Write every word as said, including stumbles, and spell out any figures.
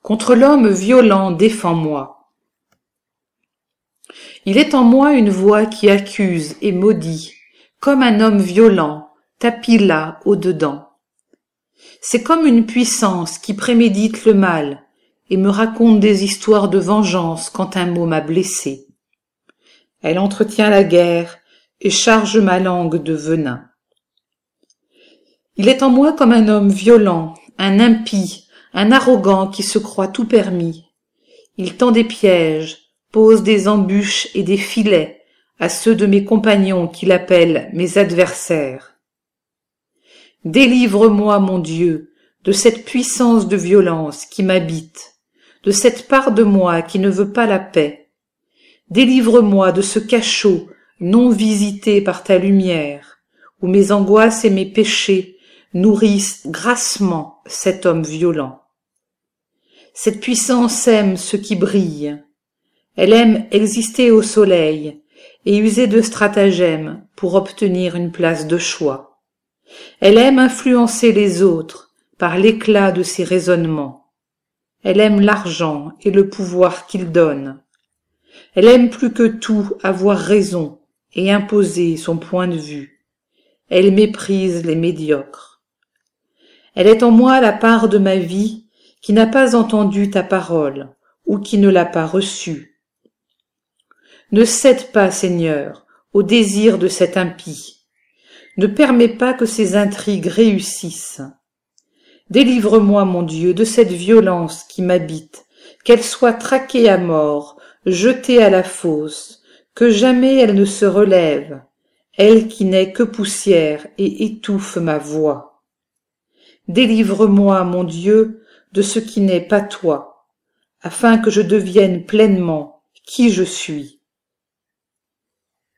Contre l'homme violent, défends-moi. Il est en moi une voix qui accuse et maudit, comme un homme violent, tapi là, au-dedans. C'est comme une puissance qui prémédite le mal et me raconte des histoires de vengeance quand un mot m'a blessé. Elle entretient la guerre et charge ma langue de venin. Il est en moi comme un homme violent, un impie, un arrogant qui se croit tout permis. Il tend des pièges, pose des embûches et des filets à ceux de mes compagnons qu'il appelle mes adversaires. Délivre-moi, mon Dieu, de cette puissance de violence qui m'habite, de cette part de moi qui ne veut pas la paix. Délivre-moi de ce cachot non visité par ta lumière, où mes angoisses et mes péchés nourrissent grassement cet homme violent. Cette puissance aime ce qui brille. Elle aime exister au soleil et user de stratagèmes pour obtenir une place de choix. Elle aime influencer les autres par l'éclat de ses raisonnements. Elle aime l'argent et le pouvoir qu'il donne. Elle aime plus que tout avoir raison et imposer son point de vue. Elle méprise les médiocres. Elle est en moi la part de ma vie qui n'a pas entendu ta parole ou qui ne l'a pas reçue. Ne cède pas, Seigneur, au désir de cet impie. Ne permets pas que ses intrigues réussissent. Délivre-moi, mon Dieu, de cette violence qui m'habite, qu'elle soit traquée à mort, jetée à la fosse, que jamais elle ne se relève, elle qui n'est que poussière et étouffe ma voix. Délivre-moi, mon Dieu, de ce qui n'est pas toi, afin que je devienne pleinement qui je suis.